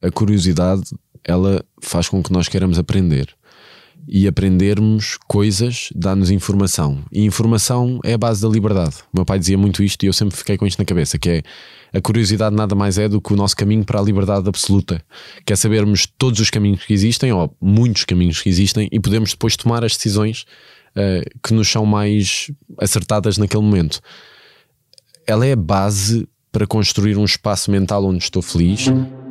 a curiosidade, ela faz com que nós queiramos aprender. E aprendermos coisas dá-nos informação. E informação é a base da liberdade. O meu pai dizia muito isto e eu sempre fiquei com isto na cabeça, que é a curiosidade nada mais é do que o nosso caminho para a liberdade absoluta. Que é sabermos todos os caminhos que existem, ou muitos caminhos que existem, e podemos depois tomar as decisões que nos são mais acertadas naquele momento. Ela é a base para construir um espaço mental onde estou feliz.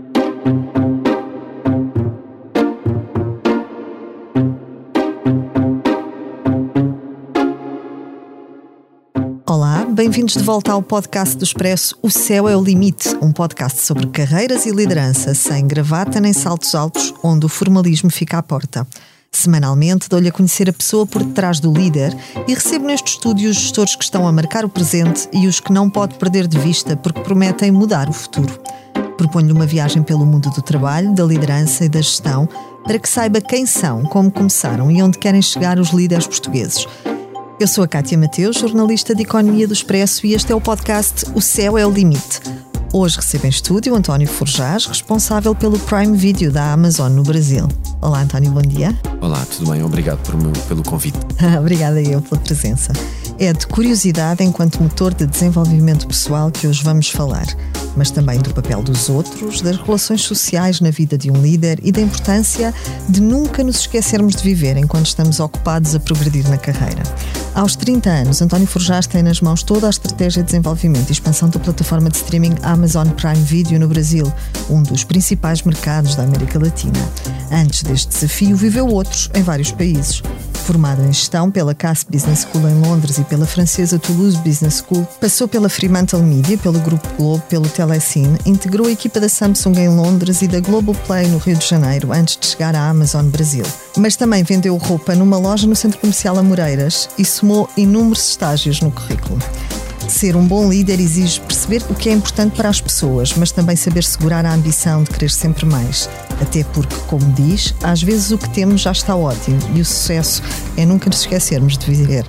Olá, bem-vindos de volta ao podcast do Expresso O Céu é o Limite, um podcast sobre carreiras e liderança, sem gravata nem saltos altos, onde o formalismo fica à porta. Semanalmente dou-lhe a conhecer a pessoa por detrás do líder e recebo neste estúdio os gestores que estão a marcar o presente e os que não pode perder de vista porque prometem mudar o futuro. Proponho-lhe uma viagem pelo mundo do trabalho, da liderança e da gestão para que saiba quem são, como começaram e onde querem chegar os líderes portugueses. Eu sou a Cátia Mateus, jornalista de Economia do Expresso, e este é o podcast O Céu é o Limite. Hoje recebo em estúdio António Forjás, responsável pelo Prime Video da Amazon no Brasil. Olá António, bom dia. Olá, tudo bem? Obrigado pelo convite. Obrigada eu pela presença. É de curiosidade enquanto motor de desenvolvimento pessoal que hoje vamos falar, mas também do papel dos outros, das relações sociais na vida de um líder e da importância de nunca nos esquecermos de viver enquanto estamos ocupados a progredir na carreira. Aos 30 anos, António Forjás tem nas mãos toda a estratégia de desenvolvimento e expansão da plataforma de streaming Amazon Prime Video no Brasil, um dos principais mercados da América Latina. Antes deste desafio, viveu outros em vários países. Formado em gestão pela Cass Business School em Londres e pela francesa Toulouse Business School, passou pela Fremantle Media, pelo Grupo Globo, pelo Telecine, integrou a equipa da Samsung em Londres e da Global Play no Rio de Janeiro antes de chegar à Amazon Brasil. Mas também vendeu roupa numa loja no Centro Comercial Amoreiras e somou inúmeros estágios no currículo. Ser um bom líder exige perceber o que é importante para as pessoas, mas também saber segurar a ambição de querer sempre mais. Até porque, como diz, às vezes o que temos já está ótimo e o sucesso é nunca nos esquecermos de viver.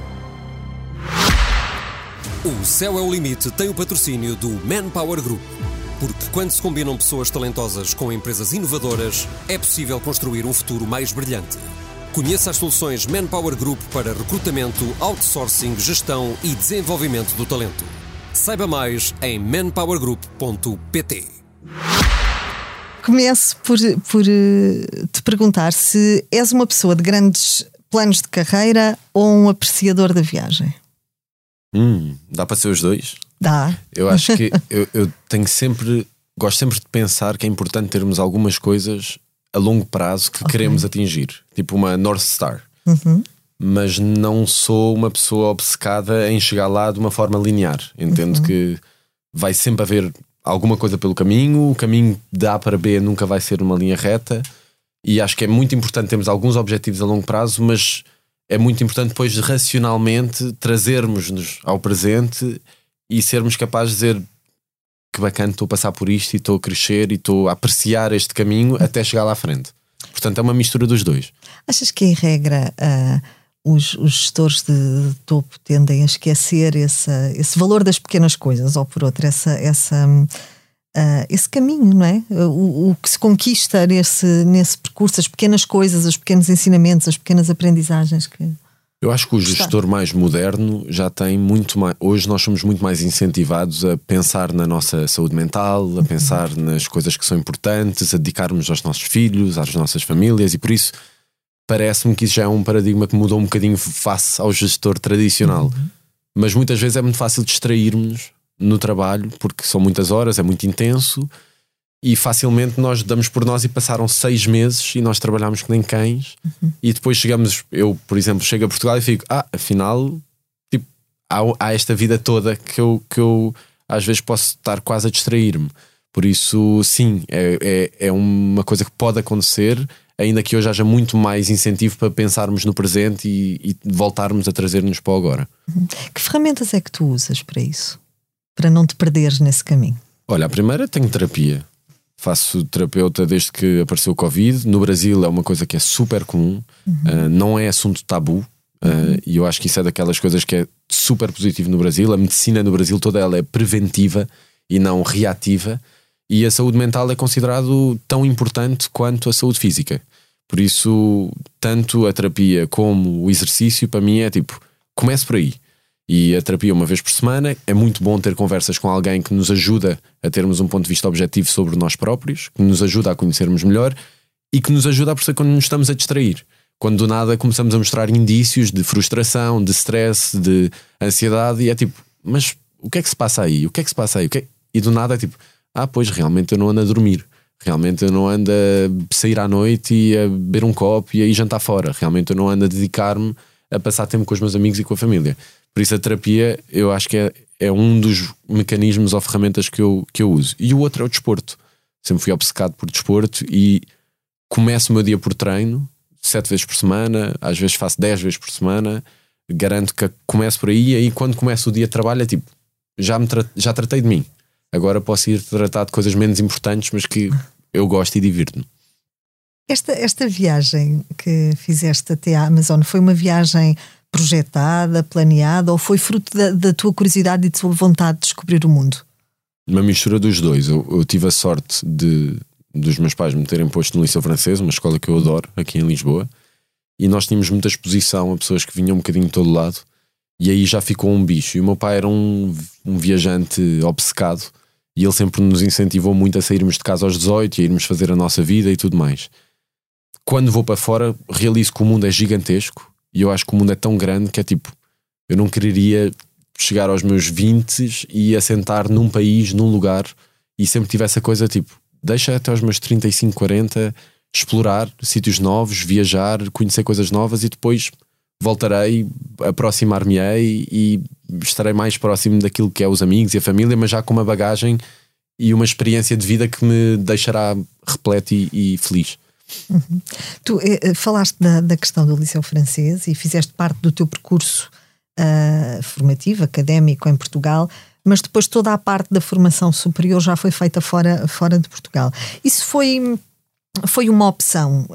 O Céu é o Limite tem o patrocínio do Manpower Group. Porque quando se combinam pessoas talentosas com empresas inovadoras, é possível construir um futuro mais brilhante. Conheça as soluções Manpower Group para recrutamento, outsourcing, gestão e desenvolvimento do talento. Saiba mais em manpowergroup.pt. Começo por te perguntar se és uma pessoa de grandes planos de carreira ou um apreciador da viagem. Dá para ser os dois? Dá. Eu acho que eu gosto sempre de pensar que é importante termos algumas coisas a longo prazo que queremos atingir, tipo uma North Star. Mas não sou uma pessoa obcecada em chegar lá de uma forma linear. Entendo que vai sempre haver alguma coisa pelo caminho, o caminho de A para B nunca vai ser uma linha reta, e acho que é muito importante termos alguns objetivos a longo prazo, mas é muito importante depois de racionalmente trazermos-nos ao presente e sermos capazes de dizer que bacana, estou a passar por isto e estou a crescer e estou a apreciar este caminho até chegar lá à frente. Portanto é uma mistura dos dois. Achas que em regra os gestores de topo tendem a esquecer esse valor das pequenas coisas, ou por outro esse caminho, não é? O que se conquista nesse percurso, as pequenas coisas, os pequenos ensinamentos, as pequenas aprendizagens que... Eu acho que o gestor mais moderno já tem muito mais... Hoje nós somos muito mais incentivados a pensar na nossa saúde mental, a pensar nas coisas que são importantes, a dedicarmos aos nossos filhos, às nossas famílias, e por isso parece-me que isso já é um paradigma que mudou um bocadinho face ao gestor tradicional. Mas muitas vezes é muito fácil distrairmos no trabalho, porque são muitas horas, é muito intenso, e facilmente nós damos por nós e passaram 6 meses e nós trabalhamos que nem cães, e depois eu por exemplo chego a Portugal e fico, afinal tipo, há esta vida toda que eu às vezes posso estar quase a distrair-me. Por isso sim, é uma coisa que pode acontecer, ainda que hoje haja muito mais incentivo para pensarmos no presente e voltarmos a trazer-nos para o agora. Que ferramentas é que tu usas para isso? Para não te perderes nesse caminho? Olha, a primeira, tenho terapia. Faço terapeuta desde que apareceu o Covid. No Brasil é uma coisa que é super comum, não é assunto tabu, e eu acho que isso é daquelas coisas que é super positivo no Brasil. A medicina no Brasil toda ela é preventiva e não reativa, E a saúde mental é considerado tão importante quanto a saúde física. Por isso, tanto a terapia como o exercício, para mim, é tipo, comece por aí. E a terapia uma vez por semana, é muito bom ter conversas com alguém que nos ajuda a termos um ponto de vista objetivo sobre nós próprios, que nos ajuda a conhecermos melhor e que nos ajuda a perceber quando nos estamos a distrair. Quando do nada começamos a mostrar indícios de frustração, de stress, de ansiedade, e é tipo, mas o que é que se passa aí? O que é que se passa aí? E do nada é tipo, pois realmente eu não ando a dormir. Realmente eu não ando a sair à noite e a beber um copo e a ir jantar fora. Realmente eu não ando a dedicar-me a passar tempo com os meus amigos e com a família. Por isso a terapia, eu acho que é um dos mecanismos ou ferramentas que eu uso. E o outro é o desporto. Sempre fui obcecado por desporto e começo o meu dia por treino, 7 vezes por semana, às vezes faço 10 vezes por semana. Garanto que começo por aí, e aí quando começo o dia de trabalho é tipo, já tratei de mim. Agora posso ir tratar de coisas menos importantes, mas que eu gosto e divirto-me. Esta viagem que fizeste até à Amazon foi uma viagem projetada, planeada, ou foi fruto da tua curiosidade e da tua vontade de descobrir o mundo? Uma mistura dos dois. Eu tive a sorte dos meus pais me terem posto no Liceu Francês, uma escola que eu adoro, aqui em Lisboa, e nós tínhamos muita exposição a pessoas que vinham um bocadinho de todo lado, e aí já ficou um bicho. E o meu pai era um viajante obcecado, e ele sempre nos incentivou muito a sairmos de casa aos 18 e a irmos fazer a nossa vida e tudo mais. Quando vou para fora, realizo que o mundo é gigantesco, e eu acho que o mundo é tão grande que é tipo, eu não quereria chegar aos meus 20 e assentar num país, num lugar, e sempre tive essa coisa tipo, deixa até aos meus 35, 40 explorar sítios novos, viajar, conhecer coisas novas, e depois voltarei, aproximar-me-ei e estarei mais próximo daquilo que é os amigos e a família, mas já com uma bagagem e uma experiência de vida que me deixará repleto e feliz. Uhum. Tu falaste da questão do Liceu Francês e fizeste parte do teu percurso formativo, académico em Portugal, mas depois toda a parte da formação superior já foi feita fora de Portugal. Isso foi uma opção,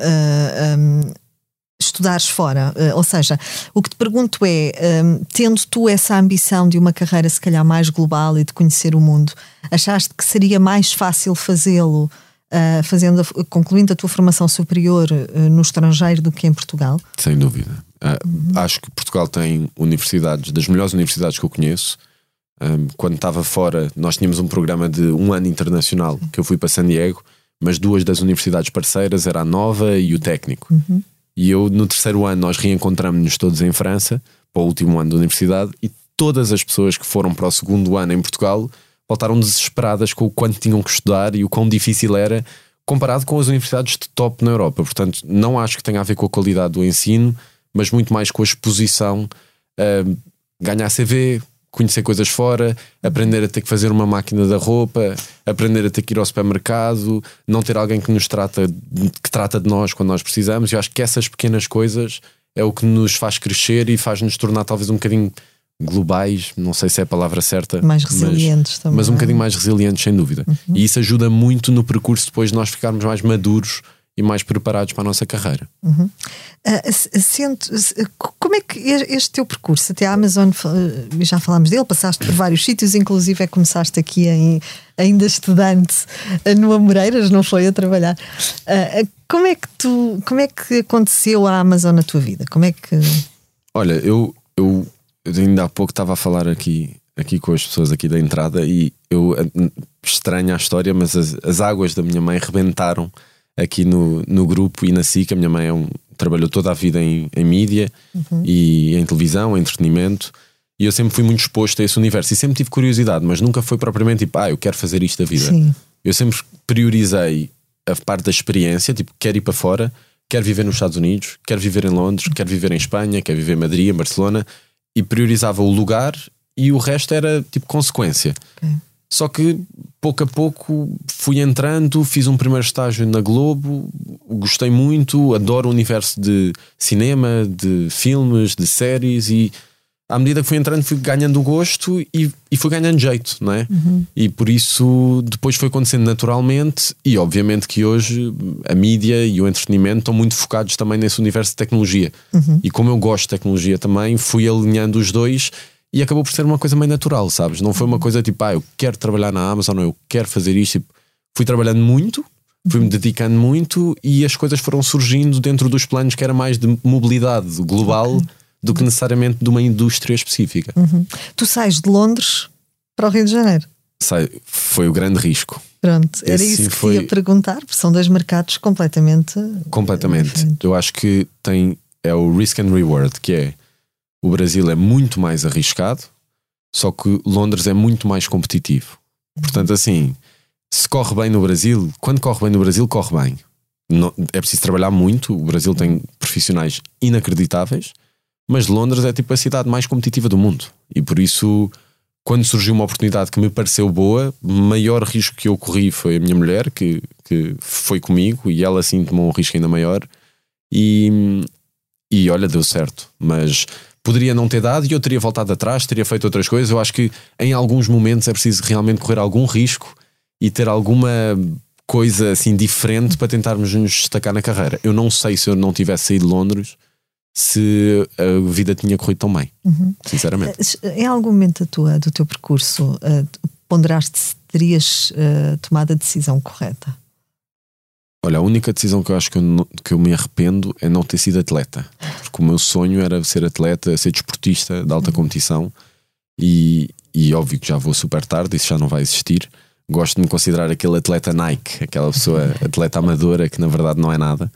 estudares fora? Ou seja, o que te pergunto é, tendo tu essa ambição de uma carreira se calhar mais global e de conhecer o mundo, achaste que seria mais fácil fazê-lo concluindo a tua formação superior no estrangeiro do que em Portugal? Sem dúvida. Acho que Portugal tem universidades, das melhores universidades que eu conheço. Quando estava fora, nós tínhamos um programa de 1 ano internacional, que eu fui para San Diego, mas 2 das universidades parceiras era a Nova e o Técnico. E eu, no 3º ano, nós reencontramos-nos todos em França para o último ano da universidade, e todas as pessoas que foram para o 2º ano em Portugal voltaram desesperadas com o quanto tinham que estudar e o quão difícil era comparado com as universidades de top na Europa. Portanto, não acho que tenha a ver com a qualidade do ensino, mas muito mais com a exposição, ganhar CV, conhecer coisas fora, aprender a ter que fazer uma máquina da roupa, aprender a ter que ir ao supermercado, não ter alguém que trata de nós quando nós precisamos. Eu acho que essas pequenas coisas é o que nos faz crescer e faz-nos tornar talvez um bocadinho globais, não sei se é a palavra certa, mais resilientes também, mas um bocadinho mais resilientes, sem dúvida. E isso ajuda muito no percurso depois de nós ficarmos mais maduros e mais preparados para a nossa carreira. Como é que este teu percurso até à Amazon, já falámos dele, passaste por vários sítios, inclusive começaste aqui ainda estudante no Amoreiras, não foi a trabalhar. Como é que aconteceu a Amazon na tua vida? Como é que... Olha, eu ainda há pouco estava a falar aqui com as pessoas aqui da entrada, e eu estranho a história, mas as águas da minha mãe rebentaram aqui no grupo e na SIC. A minha mãe trabalhou toda a vida em mídia e em televisão, em entretenimento, e eu sempre fui muito exposto a esse universo e sempre tive curiosidade, mas nunca foi propriamente tipo, eu quero fazer isto da vida. Sim. Eu sempre priorizei a parte da experiência, tipo, quero ir para fora, quero viver nos Estados Unidos, quero viver em Londres, quero viver em Espanha, quero viver em Madrid, em Barcelona, e priorizava o lugar e o resto era tipo consequência. Okay. Só que pouco a pouco fui entrando, fiz um primeiro estágio na Globo, gostei muito, adoro o universo de cinema, de filmes, de séries, e à medida que fui entrando fui ganhando o gosto e fui ganhando jeito, não é? E por isso depois foi acontecendo naturalmente, e obviamente que hoje a mídia e o entretenimento estão muito focados também nesse universo de tecnologia. E como eu gosto de tecnologia também, fui alinhando os dois e acabou por ser uma coisa meio natural, sabes? Não foi uma coisa tipo, eu quero trabalhar na Amazon, ou eu quero fazer isto. fui trabalhando muito, fui-me dedicando muito e as coisas foram surgindo dentro dos planos que era mais de mobilidade global do que necessariamente de uma indústria específica. Tu sais de Londres para o Rio de Janeiro? Foi o grande risco. Pronto, era isso que ia perguntar, porque são 2 mercados completamente. Eu acho que é o risk and reward, que é o Brasil é muito mais arriscado, só que Londres é muito mais competitivo. Portanto, assim, se corre bem no Brasil, quando corre bem no Brasil, corre bem. Não, é preciso trabalhar muito. O Brasil tem profissionais inacreditáveis, mas Londres é tipo a cidade mais competitiva do mundo. E por isso, quando surgiu uma oportunidade que me pareceu boa, o maior risco que eu corri foi a minha mulher, que foi comigo, e ela sim tomou um risco ainda maior. E olha, deu certo. Mas poderia não ter dado e eu teria voltado atrás, teria feito outras coisas. Eu acho que em alguns momentos é preciso realmente correr algum risco e ter alguma coisa assim diferente para tentarmos nos destacar na carreira. Eu não sei se eu não tivesse saído de Londres se a vida tinha corrido tão bem, sinceramente. Em algum momento do teu percurso ponderaste se terias tomado a decisão correta? Olha, a única decisão que eu acho que eu me arrependo é não ter sido atleta, porque o meu sonho era ser atleta, ser desportista de alta competição e óbvio que já vou super tarde, isso já não vai existir. Gosto de me considerar aquele atleta Nike, aquela pessoa atleta amadora que na verdade não é nada,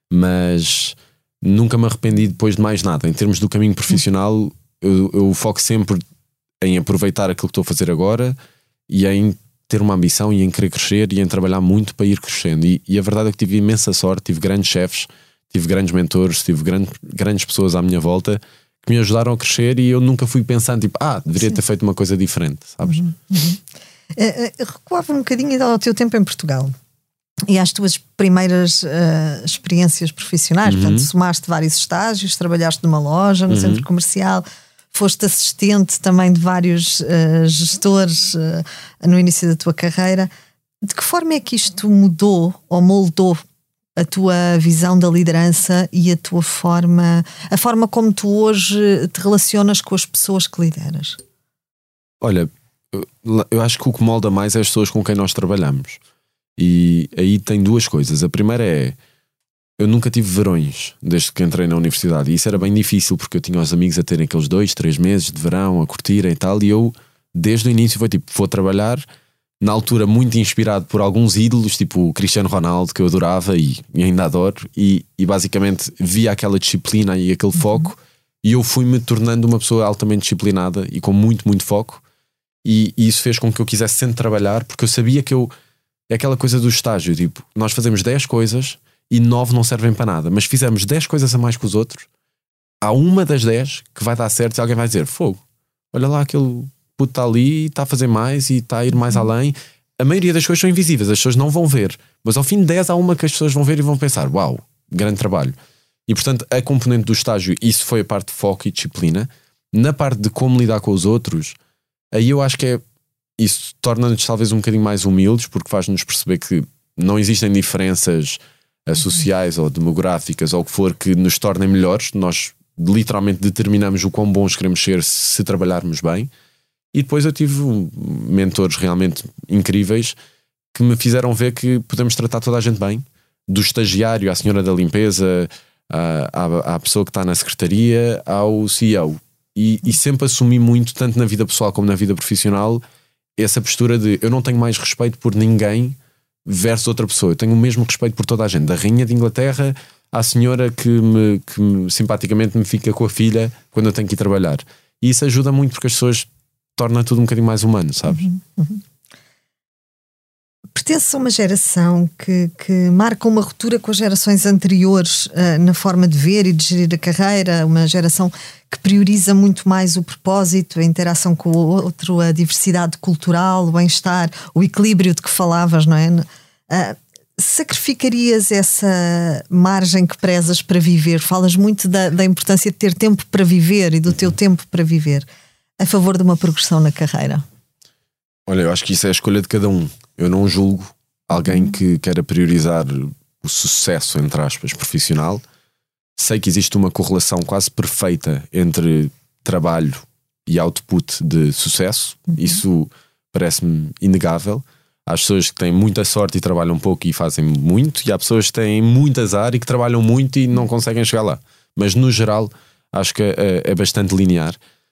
mas nunca me arrependi depois de mais nada. Em termos do caminho profissional, eu foco sempre em aproveitar aquilo que estou a fazer agora e em ter uma ambição e em querer crescer e em trabalhar muito para ir crescendo. E a verdade é que tive imensa sorte, tive grandes chefes, tive grandes mentores, tive grandes pessoas à minha volta que me ajudaram a crescer e eu nunca fui pensando tipo, deveria ter feito uma coisa diferente, sabes? Recuava um bocadinho ao teu tempo em Portugal e às tuas primeiras experiências profissionais. Portanto, somaste vários estágios, trabalhaste numa loja, no centro comercial, foste assistente também de vários gestores no início da tua carreira. De que forma é que isto mudou ou moldou a tua visão da liderança e a forma como tu hoje te relacionas com as pessoas que lideras? Olha, eu acho que o que molda mais é as pessoas com quem nós trabalhamos. E aí tem 2 coisas. A primeira é, eu nunca tive verões desde que entrei na universidade. E isso era bem difícil porque eu tinha os amigos a terem aqueles 2, 3 meses de verão, a curtirem e tal. E eu, desde o início, foi tipo, vou trabalhar. Na altura muito inspirado por alguns ídolos, tipo o Cristiano Ronaldo, que eu adorava e ainda adoro. E basicamente via aquela disciplina e aquele foco. E eu fui-me tornando uma pessoa altamente disciplinada e com muito, muito foco. E isso fez com que eu quisesse sempre trabalhar, porque eu sabia que é aquela coisa do estágio, tipo, nós fazemos 10 coisas e 9 não servem para nada, mas fizemos 10 coisas a mais que os outros, há uma das 10 que vai dar certo e alguém vai dizer, fogo, olha lá aquele puto está ali e está a fazer mais e está a ir mais além. A maioria das coisas são invisíveis, as pessoas não vão ver, mas ao fim de 10 há uma que as pessoas vão ver e vão pensar, uau, grande trabalho. E portanto a componente do estágio, isso foi a parte de foco e disciplina. Na parte de como lidar com os outros, aí eu acho que isso torna-nos talvez um bocadinho mais humildes, porque faz-nos perceber que não existem diferenças sociais ou demográficas ou o que for que nos tornem melhores. Nós literalmente determinamos o quão bons queremos ser se trabalharmos bem. E depois eu tive mentores realmente incríveis que me fizeram ver que podemos tratar toda a gente bem, do estagiário à senhora da limpeza, à pessoa que está na secretaria, ao CEO. E sempre assumi muito, tanto na vida pessoal como na vida profissional, essa postura de eu não tenho mais respeito por ninguém versus outra pessoa. Eu tenho o mesmo respeito por toda a gente, da rainha de Inglaterra à senhora que simpaticamente me fica com a filha quando eu tenho que ir trabalhar. E isso ajuda muito porque as pessoas tornam tudo um bocadinho mais humano, sabes? Pertence a uma geração que marca uma ruptura com as gerações anteriores na forma de ver e de gerir a carreira, uma geração que prioriza muito mais o propósito, a interação com o outro, a diversidade cultural, o bem-estar, o equilíbrio de que falavas, não é? Sacrificarias essa margem que prezas para viver? Falas muito da importância de ter tempo para viver e do teu tempo para viver, a favor de uma progressão na carreira? Olha, eu acho que isso é a escolha de cada um. Eu não julgo alguém que queira priorizar o sucesso, entre aspas, profissional. Sei que existe uma correlação quase perfeita entre trabalho e output de sucesso. Isso parece-me inegável. Há pessoas que têm muita sorte e trabalham pouco e fazem muito, e há pessoas que têm muito azar e que trabalham muito e não conseguem chegar lá. Mas no geral acho que é bastante linear.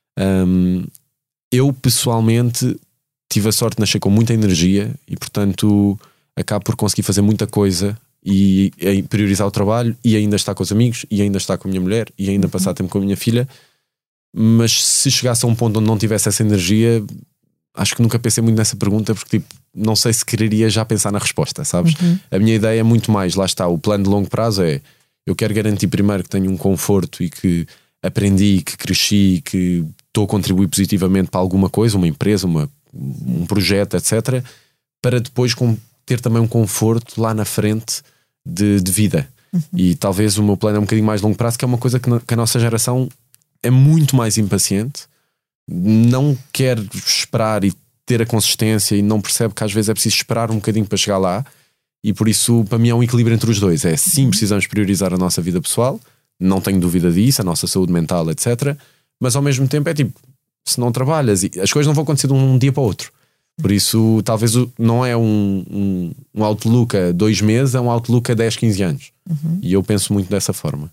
Eu pessoalmente tive a sorte de nascer com muita energia e portanto acabo por conseguir fazer muita coisa e priorizar o trabalho e ainda estar com os amigos e ainda estar com a minha mulher e ainda passar tempo com a minha filha. Mas se chegasse a um ponto onde não tivesse essa energia, acho que nunca pensei muito nessa pergunta, porque tipo, não sei se quereria já pensar na resposta, sabes? A minha ideia é muito mais, lá está, o plano de longo prazo é, eu quero garantir primeiro que tenho um conforto e que aprendi, que cresci, que estou a contribuir positivamente para alguma coisa, uma empresa, um projeto, etc., para depois ter também um conforto lá na frente de vida. E talvez o meu plano é um bocadinho mais longo prazo, que é uma coisa que a nossa geração é muito mais impaciente, não quer esperar e ter a consistência e não percebe que às vezes é preciso esperar um bocadinho para chegar lá. E por isso, para mim, é um equilíbrio entre os dois. É sim, precisamos priorizar a nossa vida pessoal, não tenho dúvida disso, a nossa saúde mental, etc. Mas ao mesmo tempo é tipo, se não trabalhas, as coisas não vão acontecer de um dia para o outro. Por isso, talvez não é um outlook a 2 meses, é um outlook a 10, 15 anos. E eu penso muito dessa forma.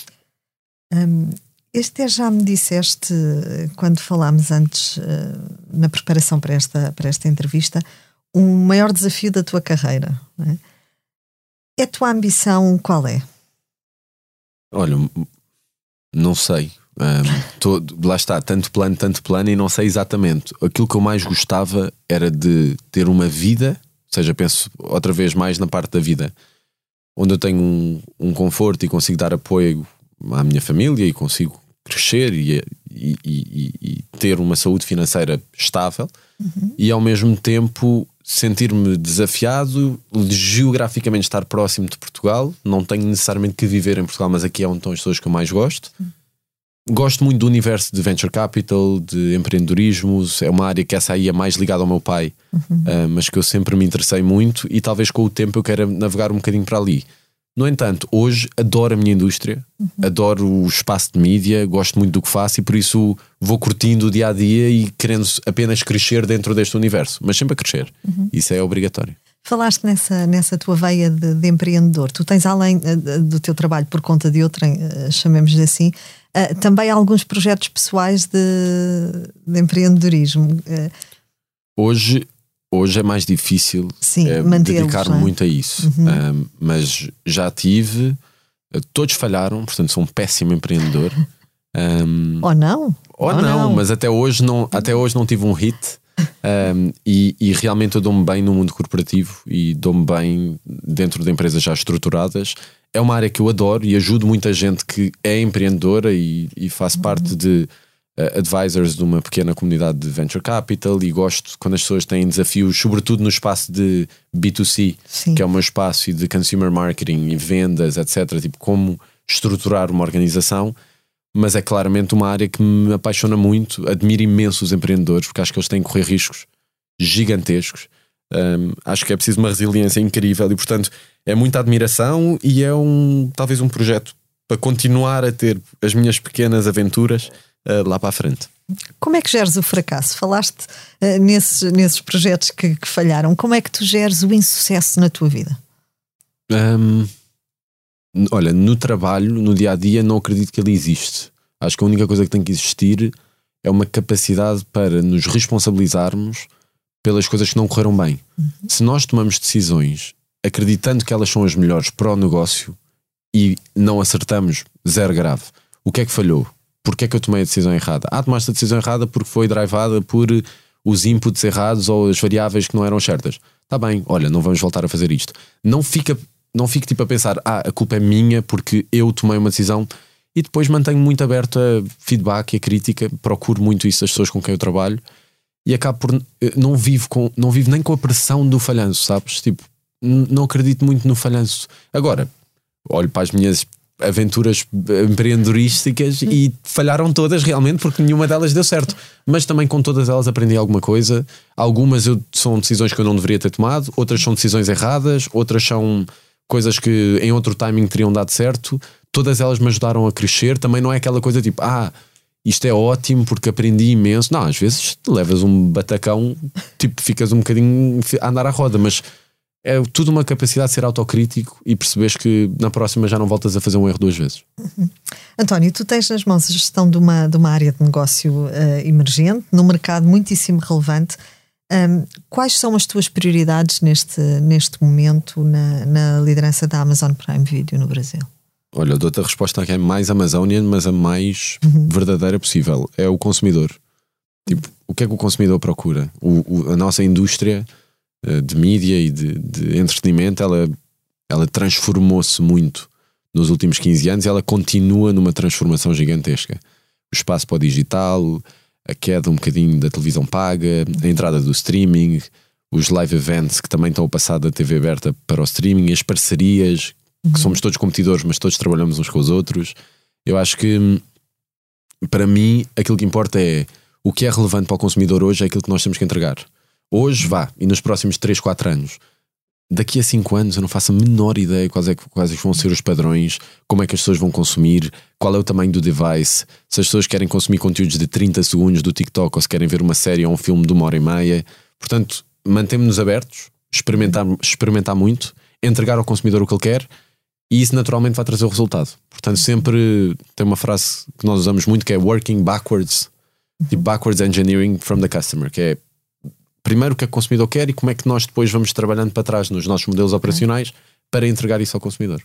Este já me disseste, quando falámos antes, na preparação para esta entrevista, o maior desafio da tua carreira, não é? A tua ambição qual é? Olha, não sei. Lá está, tanto plano e não sei exatamente. Aquilo que eu mais gostava era de ter uma vida, ou seja, penso outra vez mais na parte da vida, onde eu tenho um conforto e consigo dar apoio à minha família e consigo crescer e ter uma saúde financeira estável, e ao mesmo tempo sentir-me desafiado, geograficamente estar próximo de Portugal. Não tenho necessariamente que viver em Portugal, mas aqui é onde estão as pessoas que eu mais gosto. Gosto muito do universo de venture capital, de empreendedorismo. É uma área que essa aí é mais ligada ao meu pai, mas que eu sempre me interessei muito, e talvez com o tempo eu queira navegar um bocadinho para ali. No entanto, hoje adoro a minha indústria, adoro o espaço de mídia, gosto muito do que faço, e por isso vou curtindo o dia a dia e querendo apenas crescer dentro deste universo, mas sempre a crescer. Isso é obrigatório. Falaste nessa tua veia de empreendedor. Tu tens, além do teu trabalho por conta de outrem, chamemos-lhe assim, também alguns projetos pessoais de empreendedorismo. Hoje é mais difícil dedicar-me muito a isso. Mas já tive, todos falharam, portanto sou um péssimo empreendedor. Ou não, mas até hoje não tive um hit. E realmente eu dou-me bem no mundo corporativo e dou-me bem dentro de empresas já estruturadas. É uma área que eu adoro e ajudo muita gente que é empreendedora, e faço parte de advisors de uma pequena comunidade de venture capital, e gosto quando as pessoas têm desafios, sobretudo no espaço de B2C, que é o meu espaço, e de consumer marketing e vendas, etc. Tipo, como estruturar uma organização. Mas é claramente uma área que me apaixona muito. Admiro imenso os empreendedores, porque acho que eles têm que correr riscos gigantescos. Acho que é preciso uma resiliência incrível, e portanto é muita admiração, e é talvez um projeto para continuar a ter as minhas pequenas aventuras lá para a frente. Como é que geres o fracasso? Falaste nesses projetos que falharam. Como é que tu geres o insucesso na tua vida? Olha, no trabalho, no dia a dia, não acredito que ele existe. Acho que a única coisa que tem que existir é uma capacidade para nos responsabilizarmos pelas coisas que não correram bem. Se nós tomamos decisões acreditando que elas são as melhores para o negócio e não acertamos, zero grave. O que é que falhou? Porquê é que eu tomei a decisão errada? Tomaste a decisão errada porque foi drivada por os inputs errados ou as variáveis que não eram certas. Está bem, olha, não vamos voltar a fazer isto. Não fique tipo a pensar, a culpa é minha porque eu tomei uma decisão, e depois mantenho muito aberto a feedback e a crítica, procuro muito isso das pessoas com quem eu trabalho, e acabo por não vivo nem com a pressão do falhanço, sabes? Tipo, não acredito muito no falhanço. Agora, olho para as minhas aventuras empreendedorísticas e falharam todas realmente, porque nenhuma delas deu certo, mas também com todas elas aprendi alguma coisa. Algumas são decisões que eu não deveria ter tomado, outras são decisões erradas, outras são coisas que em outro timing teriam dado certo. Todas elas me ajudaram a crescer. Também não é aquela coisa tipo, isto é ótimo porque aprendi imenso. Não, às vezes levas um batacão, tipo, ficas um bocadinho a andar à roda, mas é tudo uma capacidade de ser autocrítico e perceberes que na próxima já não voltas a fazer um erro 2 vezes. António, tu tens nas mãos a gestão de uma área de negócio emergente, num mercado muitíssimo relevante. Quais são as tuas prioridades neste momento na liderança da Amazon Prime Video no Brasil? Olha, eu dou-te a resposta que é mais Amazonian, mas a mais verdadeira possível. É o consumidor. Tipo, o que é que o consumidor procura? A nossa indústria de mídia e de entretenimento, ela transformou-se muito nos últimos 15 anos e ela continua numa transformação gigantesca. O espaço para o digital, a queda um bocadinho da televisão paga, a entrada do streaming, os live events que também estão a passar da TV aberta para o streaming, as parcerias, que somos todos competidores, mas todos trabalhamos uns com os outros. Eu acho que, para mim, aquilo que importa é o que é relevante para o consumidor hoje, é aquilo que nós temos que entregar. Hoje, e nos próximos 3, 4 anos. Daqui a 5 anos eu não faço a menor ideia quais vão ser os padrões, como é que as pessoas vão consumir, qual é o tamanho do device, se as pessoas querem consumir conteúdos de 30 segundos do TikTok ou se querem ver uma série ou um filme de 1h30. Portanto, mantemos-nos abertos, experimentar muito, entregar ao consumidor o que ele quer e isso naturalmente vai trazer o resultado. Portanto, sempre tem uma frase que nós usamos muito que é working backwards, tipo backwards engineering from the customer, que é primeiro o que é que o consumidor quer e como é que nós depois vamos trabalhando para trás nos nossos modelos operacionais para entregar isso ao consumidor.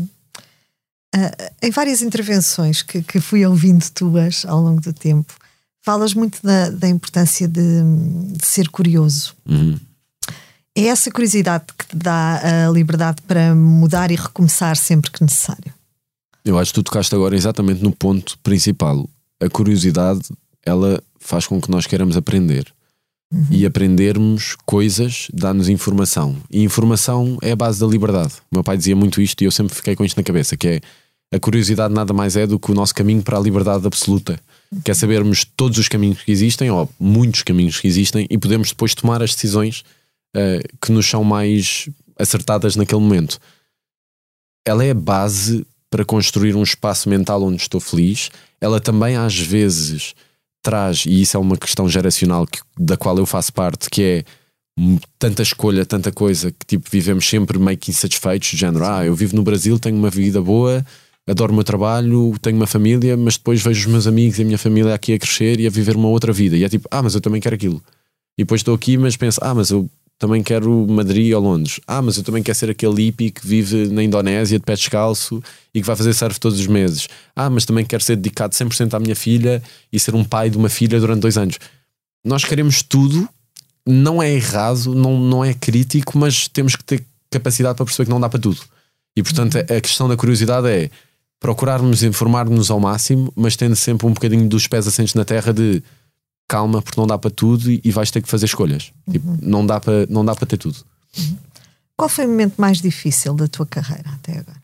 Em várias intervenções que fui ouvindo tuas ao longo do tempo, falas muito da importância de ser curioso. É essa curiosidade que te dá a liberdade para mudar e recomeçar sempre que necessário? Eu acho que tu tocaste agora exatamente no ponto principal. A curiosidade, ela faz com que nós queiramos aprender. E aprendermos coisas dá-nos informação. E informação é a base da liberdade. O meu pai dizia muito isto e eu sempre fiquei com isto na cabeça, que é a curiosidade nada mais é do que o nosso caminho para a liberdade absoluta. Que é sabermos todos os caminhos que existem, ou muitos caminhos que existem, e podemos depois tomar as decisões que nos são mais acertadas naquele momento. Ela é a base para construir um espaço mental onde estou feliz. Ela também às vezes traz, e isso é uma questão geracional da qual eu faço parte, que é tanta escolha, tanta coisa, que tipo vivemos sempre meio que insatisfeitos, do género, eu vivo no Brasil, tenho uma vida boa, adoro o meu trabalho, tenho uma família, mas depois vejo os meus amigos e a minha família aqui a crescer e a viver uma outra vida, e é tipo, mas eu também quero aquilo, e depois estou aqui mas penso, mas eu também quero Madrid ou Londres, mas eu também quero ser aquele hippie que vive na Indonésia de pé descalço e que vai fazer surf todos os meses, mas também quero ser dedicado 100% à minha filha e ser um pai de uma filha durante 2 anos. Nós queremos tudo, não é errado, não é crítico, mas temos que ter capacidade para perceber que não dá para tudo. E portanto a questão da curiosidade é procurarmos informar-nos ao máximo, mas tendo sempre um bocadinho dos pés assentes na terra de calma, porque não dá para tudo e vais ter que fazer escolhas. Tipo, não dá para ter tudo. Qual foi o momento mais difícil da tua carreira até agora?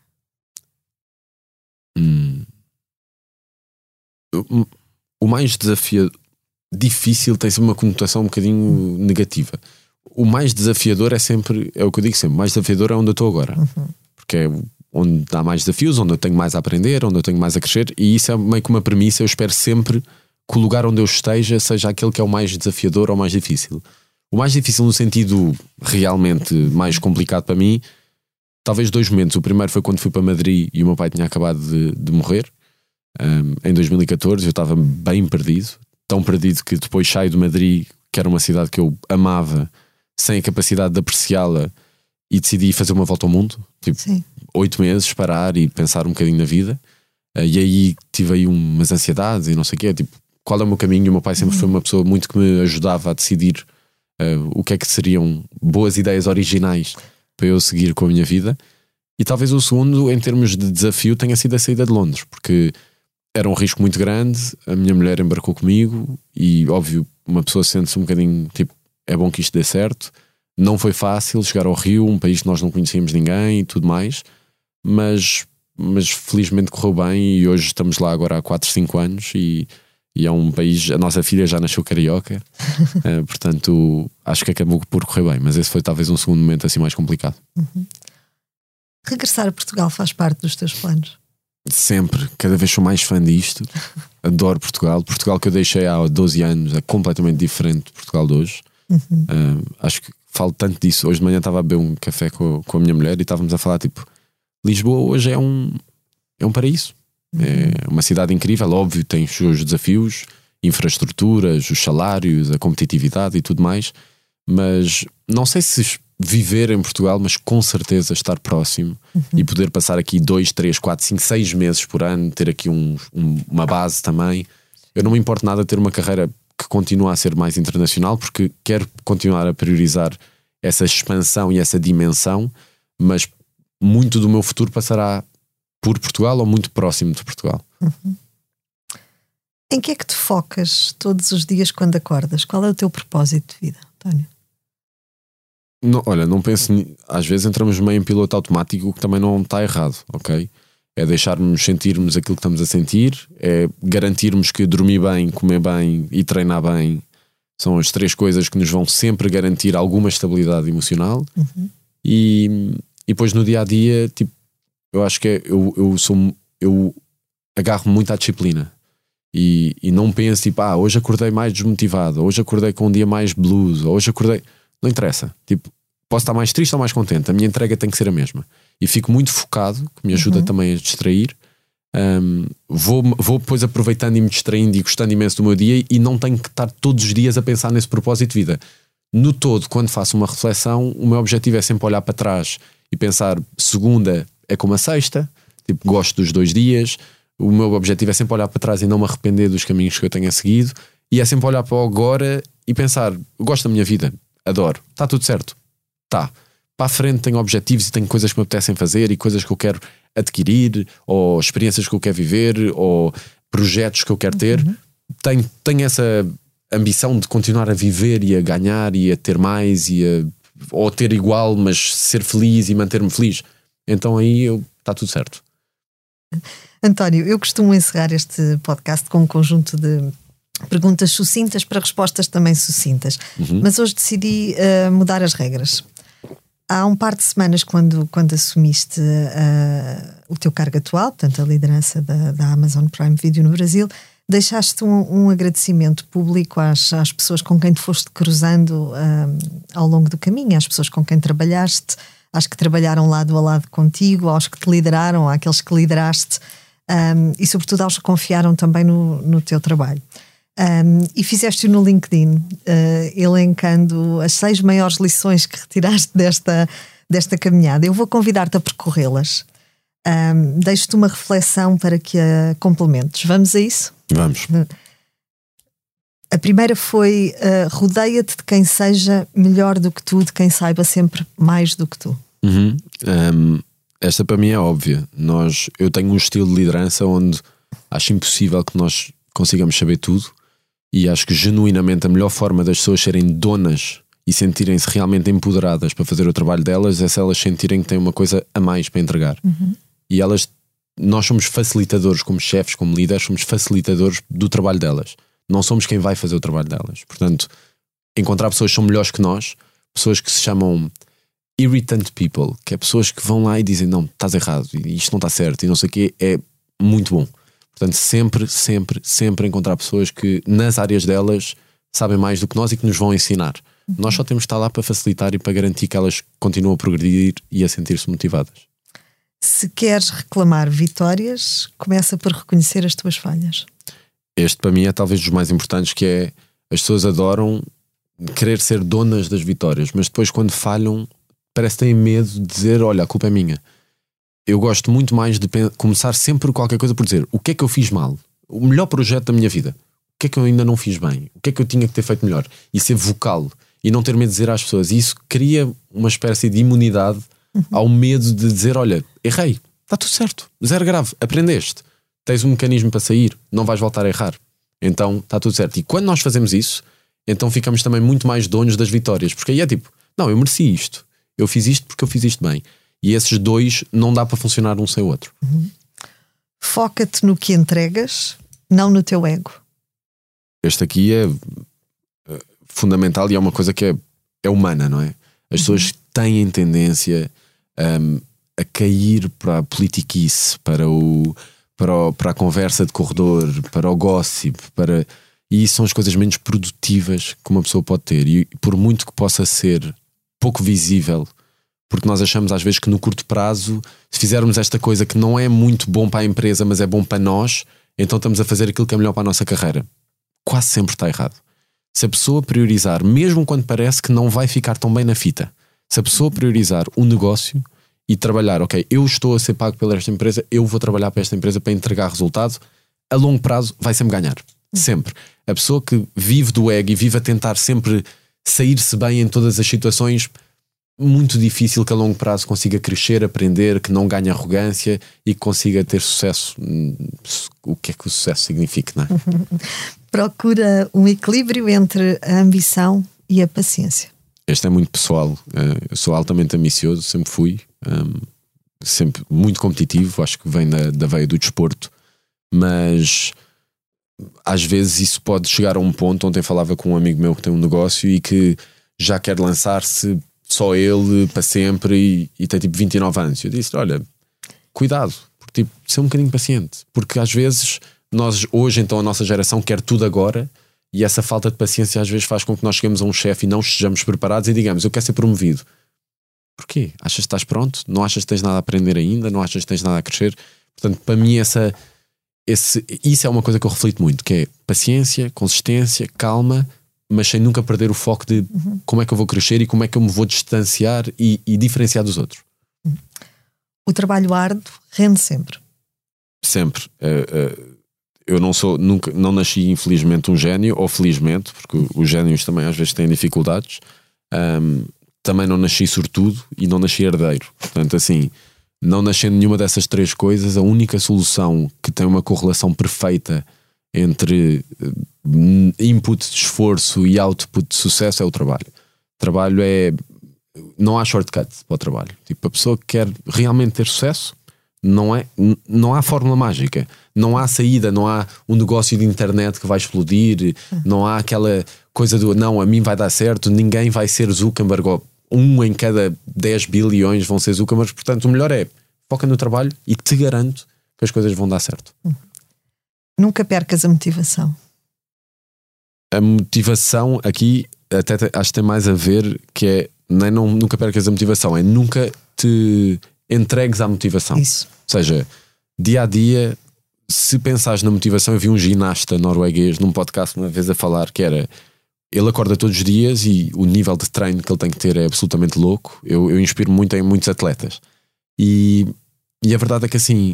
O mais difícil tem sempre uma conotação um bocadinho negativa. O mais desafiador é o que eu digo sempre, o mais desafiador é onde eu estou agora. Porque é onde há mais desafios, onde eu tenho mais a aprender, onde eu tenho mais a crescer, e isso é meio que uma premissa. Eu espero sempre que o lugar onde eu esteja seja aquele que é o mais desafiador ou mais difícil. O mais difícil no sentido realmente mais complicado para mim, talvez 2 momentos. O primeiro foi quando fui para Madrid e o meu pai tinha acabado de morrer, em 2014. Eu estava bem perdido, tão perdido que depois saio de Madrid, que era uma cidade que eu amava, sem a capacidade de apreciá-la, e decidi fazer uma volta ao mundo, tipo 8 meses, parar e pensar um bocadinho na vida. E aí tive aí umas ansiedades e não sei o quê, tipo, qual é o meu caminho? E o meu pai sempre foi uma pessoa muito que me ajudava a decidir o que é que seriam boas ideias originais para eu seguir com a minha vida. E talvez o segundo, em termos de desafio, tenha sido a saída de Londres, porque era um risco muito grande. A minha mulher embarcou comigo e, óbvio, uma pessoa sente-se um bocadinho tipo, é bom que isto dê certo. Não foi fácil chegar ao Rio, um país que nós não conhecíamos ninguém e tudo mais, mas felizmente correu bem e hoje estamos lá agora há 4, 5 anos e é um país, a nossa filha já nasceu carioca, portanto acho que acabou por correr bem, mas esse foi talvez um segundo momento assim mais complicado. Regressar a Portugal faz parte dos teus planos? Sempre, cada vez sou mais fã disto. Adoro Portugal. Portugal que eu deixei há 12 anos é completamente diferente do Portugal de hoje. Acho que falo tanto disso. Hoje de manhã estava a beber um café com a minha mulher e estávamos a falar tipo, Lisboa hoje é um paraíso. É uma cidade incrível, óbvio, tem os seus desafios, infraestruturas, os salários, a competitividade e tudo mais, mas não sei se viver em Portugal, mas com certeza estar próximo e poder passar aqui 2, 3, 4, 5, 6 meses por ano, ter aqui uma base também. Eu não me importo nada de ter uma carreira que continua a ser mais internacional, porque quero continuar a priorizar essa expansão e essa dimensão, mas muito do meu futuro passará por Portugal ou muito próximo de Portugal. Em que é que te focas todos os dias quando acordas? Qual é o teu propósito de vida, António? Não, olha, não penso. Às vezes entramos meio em piloto automático, o que também não está errado, ok? É deixarmos sentirmos aquilo que estamos a sentir, é garantirmos que dormir bem, comer bem e treinar bem são as 3 coisas que nos vão sempre garantir alguma estabilidade emocional. E depois no dia a dia, tipo, eu acho que eu agarro muito à disciplina e não penso tipo, hoje acordei mais desmotivado, hoje acordei com um dia mais blues, hoje acordei. Não interessa, tipo, posso estar mais triste ou mais contente, a minha entrega tem que ser a mesma e fico muito focado, que me ajuda também a distrair. Vou depois aproveitando e me distraindo e gostando imenso do meu dia e não tenho que estar todos os dias a pensar nesse propósito de vida. No todo, quando faço uma reflexão, o meu objetivo é sempre olhar para trás e pensar, segunda é como a sexta, tipo, gosto dos 2 dias. O meu objetivo é sempre olhar para trás e não me arrepender dos caminhos que eu tenha seguido, e é sempre olhar para o agora e pensar, gosto da minha vida, adoro, está tudo certo, está. Para a frente tenho objetivos e tenho coisas que me apetecem fazer e coisas que eu quero adquirir, ou experiências que eu quero viver, ou projetos que eu quero ter. Tenho essa ambição de continuar a viver e a ganhar e a ter mais ou ter igual, mas ser feliz e manter-me feliz. Então aí está tudo certo. António, eu costumo encerrar este podcast com um conjunto de perguntas sucintas para respostas também sucintas. Mas hoje decidi mudar as regras. Há um par de semanas, quando assumiste o teu cargo atual, portanto a liderança da Amazon Prime Video no Brasil, deixaste um agradecimento público às pessoas com quem te foste cruzando ao longo do caminho, às pessoas com quem trabalhaste, às que trabalharam lado a lado contigo, aos que te lideraram, àqueles que lideraste, e sobretudo aos que confiaram também no teu trabalho. E fizeste-o no LinkedIn, elencando as 6 maiores lições que retiraste desta caminhada. Eu vou convidar-te a percorrê-las. Deixo-te uma reflexão para que a complementes. Vamos a isso? Vamos. A primeira foi: rodeia-te de quem seja melhor do que tu, de quem saiba sempre mais do que tu. Esta para mim é óbvia. Eu tenho um estilo de liderança onde acho impossível que nós consigamos saber tudo, e acho que genuinamente a melhor forma das pessoas serem donas e sentirem-se realmente empoderadas para fazer o trabalho delas é se elas sentirem que têm uma coisa a mais para entregar. E nós somos facilitadores, como chefes, como líderes, somos facilitadores do trabalho delas. Não somos quem vai fazer o trabalho delas. Portanto, encontrar pessoas que são melhores que nós, pessoas que se chamam irritant people, que é pessoas que vão lá e dizem, não, estás errado, isto não está certo e não sei o quê, é muito bom. Portanto, sempre encontrar pessoas que nas áreas delas sabem mais do que nós e que nos vão ensinar. Nós só temos de estar lá para facilitar e para garantir que elas continuam a progredir e a sentir-se motivadas. Se queres reclamar vitórias, começa por reconhecer as tuas falhas. Este para mim é talvez dos mais importantes, que é, as pessoas adoram querer ser donas das vitórias, mas depois quando falham parece que têm medo de dizer, olha, a culpa é minha. Eu gosto muito mais de começar sempre qualquer coisa por dizer, o que é que eu fiz mal? O melhor projeto da minha vida. O que é que eu ainda não fiz bem? O que é que eu tinha que ter feito melhor? E ser vocal e não ter medo de dizer às pessoas. E isso cria uma espécie de imunidade ao medo de dizer, olha, errei, está tudo certo, zero grave, aprendeste, tens um mecanismo para sair, não vais voltar a errar, então está tudo certo. E quando nós fazemos isso, então ficamos também muito mais donos das vitórias, porque aí é tipo, não, eu mereci isto, eu fiz isto porque eu fiz isto bem. E esses dois não dá para funcionar um sem o outro. Foca-te no que entregas, não no teu ego. Este aqui é fundamental e é uma coisa que é humana, não é? As pessoas têm tendência a cair para a politiquice, para a conversa de corredor, para o gossip, e isso são as coisas menos produtivas que uma pessoa pode ter. E por muito que possa ser pouco visível, porque nós achamos às vezes que no curto prazo, se fizermos esta coisa que não é muito bom para a empresa, mas é bom para nós, então estamos a fazer aquilo que é melhor para a nossa carreira. Quase sempre está errado. Se a pessoa priorizar, mesmo quando parece que não vai ficar tão bem na fita, se a pessoa priorizar o negócio e trabalhar, ok, eu estou a ser pago pela esta empresa, eu vou trabalhar para esta empresa para entregar resultado, a longo prazo vai sempre ganhar. Sempre. A pessoa que vive do ego e vive a tentar sempre sair-se bem em todas as situações, muito difícil que a longo prazo consiga crescer, aprender, que não ganhe arrogância e que consiga ter sucesso. O que é que o sucesso significa, não é? Procura um equilíbrio entre a ambição e a paciência. Este é muito pessoal. Eu sou altamente ambicioso, sempre fui, sempre muito competitivo, acho que vem da veia do desporto, mas às vezes isso pode chegar a um ponto. Ontem falava com um amigo meu que tem um negócio e que já quer lançar-se só ele para sempre e tem tipo 29 anos. Eu disse, olha, cuidado, porque tipo, ser um bocadinho paciente, porque às vezes nós hoje, então a nossa geração quer tudo agora, e essa falta de paciência às vezes faz com que nós cheguemos a um chefe e não estejamos preparados e digamos, eu quero ser promovido. Porquê? Achas que estás pronto? Não achas que tens nada a aprender ainda? Não achas que tens nada a crescer? Portanto, para mim isso é uma coisa que eu reflito muito, que é paciência, consistência, calma, mas sem nunca perder o foco de como é que eu vou crescer e como é que eu me vou distanciar e diferenciar dos outros. O trabalho árduo rende sempre. Sempre. Eu não nasci infelizmente um gênio, ou felizmente, porque os génios também às vezes têm dificuldades. Também não nasci sortudo e não nasci herdeiro. Portanto, assim, não nascendo nenhuma dessas três coisas, a única solução que tem uma correlação perfeita entre input de esforço e output de sucesso é o trabalho. Trabalho não há shortcut para o trabalho. Tipo, a pessoa que quer realmente ter sucesso, não há fórmula mágica, não há saída, não há um negócio de internet que vai explodir, não há aquela coisa do não, a mim vai dar certo, ninguém vai ser Zuckerberg, ou 1 em cada 10 bilhões vão ser Zuckerberg. Portanto, o melhor é foca no trabalho e te garanto que as coisas vão dar certo. Nunca percas a motivação. A motivação aqui até acho que tem mais a ver que é nunca percas a motivação, é nunca te entregues à motivação. Isso. Ou seja, dia a dia, se pensares na motivação, eu vi um ginasta norueguês num podcast uma vez a falar que era, ele acorda todos os dias e o nível de treino que ele tem que ter é absolutamente louco. Eu inspiro muito em muitos atletas e a verdade é que assim,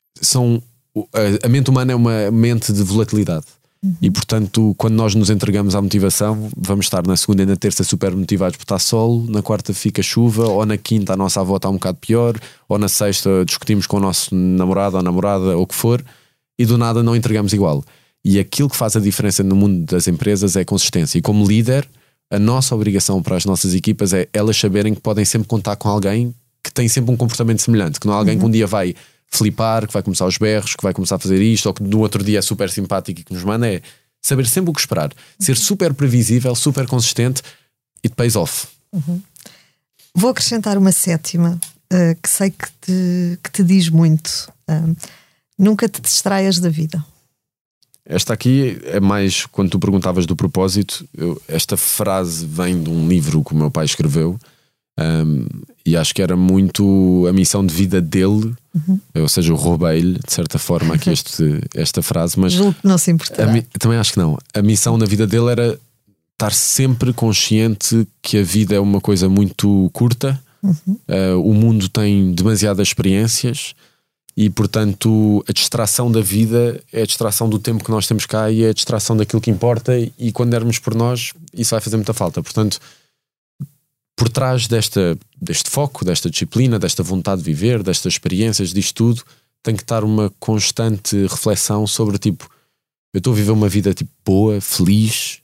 a mente humana é uma mente de volatilidade. E portanto, quando nós nos entregamos à motivação, vamos estar na segunda e na terça super motivados por estar sol, na quarta fica chuva, ou na quinta a nossa avó está um bocado pior, ou na sexta discutimos com o nosso namorado ou namorada ou o que for, e do nada não entregamos igual. E aquilo que faz a diferença no mundo das empresas é a consistência. E como líder, a nossa obrigação para as nossas equipas é elas saberem que podem sempre contar com alguém que tem sempre um comportamento semelhante, que não é alguém que um dia vai flipar, que vai começar aos berros, que vai começar a fazer isto, ou que no outro dia é super simpático e que nos manda. É saber sempre o que esperar, ser super previsível, super consistente, it pays off. Vou acrescentar uma sétima que sei que te diz muito. Nunca te distraias da vida. Esta aqui é mais quando tu perguntavas do propósito. Esta frase vem de um livro que o meu pai escreveu, e acho que era muito a missão de vida dele. Ou seja, eu roubei-lhe de certa forma aqui esta frase, mas julgo que não se importará. Também acho que não. A missão da vida dele era estar sempre consciente que a vida é uma coisa muito curta. O mundo tem demasiadas experiências e portanto a distração da vida é a distração do tempo que nós temos cá e é a distração daquilo que importa, e quando dermos por nós isso vai fazer muita falta. Portanto, por trás deste foco, desta disciplina, desta vontade de viver, destas experiências, disto tudo, tem que estar uma constante reflexão sobre tipo, eu estou a viver uma vida tipo boa, feliz,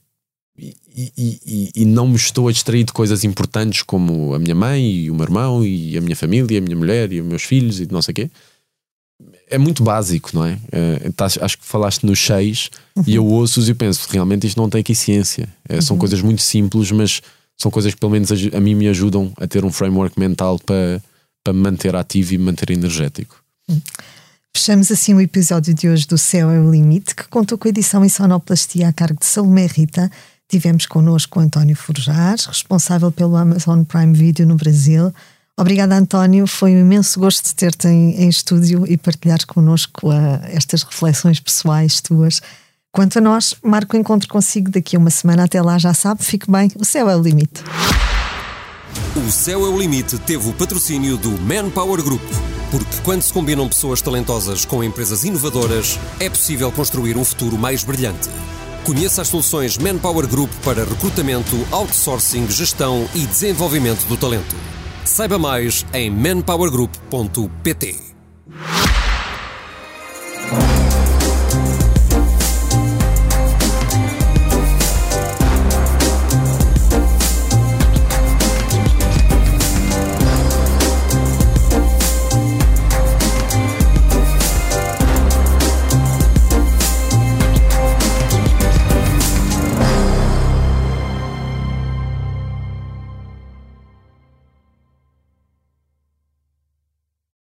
e não me estou a distrair de coisas importantes como a minha mãe e o meu irmão e a minha família, e a minha mulher e os meus filhos e não sei o quê. É muito básico, não é? Acho que falaste nos 6 e eu ouço-os e penso, realmente isto não tem aqui ciência. São coisas muito simples, mas são coisas que pelo menos a mim me ajudam a ter um framework mental para para me manter ativo e me manter energético. Fechamos assim o episódio de hoje do Céu é o Limite, que contou com a edição e sonoplastia a cargo de Salomé Rita. Tivemos connosco o António Forjares, responsável pelo Amazon Prime Video no Brasil. Obrigada, António. Foi um imenso gosto ter-te em estúdio e partilhares connosco estas reflexões pessoais tuas. Quanto a nós, marco o encontro consigo daqui a uma semana. Até lá, já sabe, fique bem. O Céu é o Limite. O Céu é o Limite teve o patrocínio do Manpower Group. Porque quando se combinam pessoas talentosas com empresas inovadoras, é possível construir um futuro mais brilhante. Conheça as soluções Manpower Group para recrutamento, outsourcing, gestão e desenvolvimento do talento. Saiba mais em manpowergroup.pt.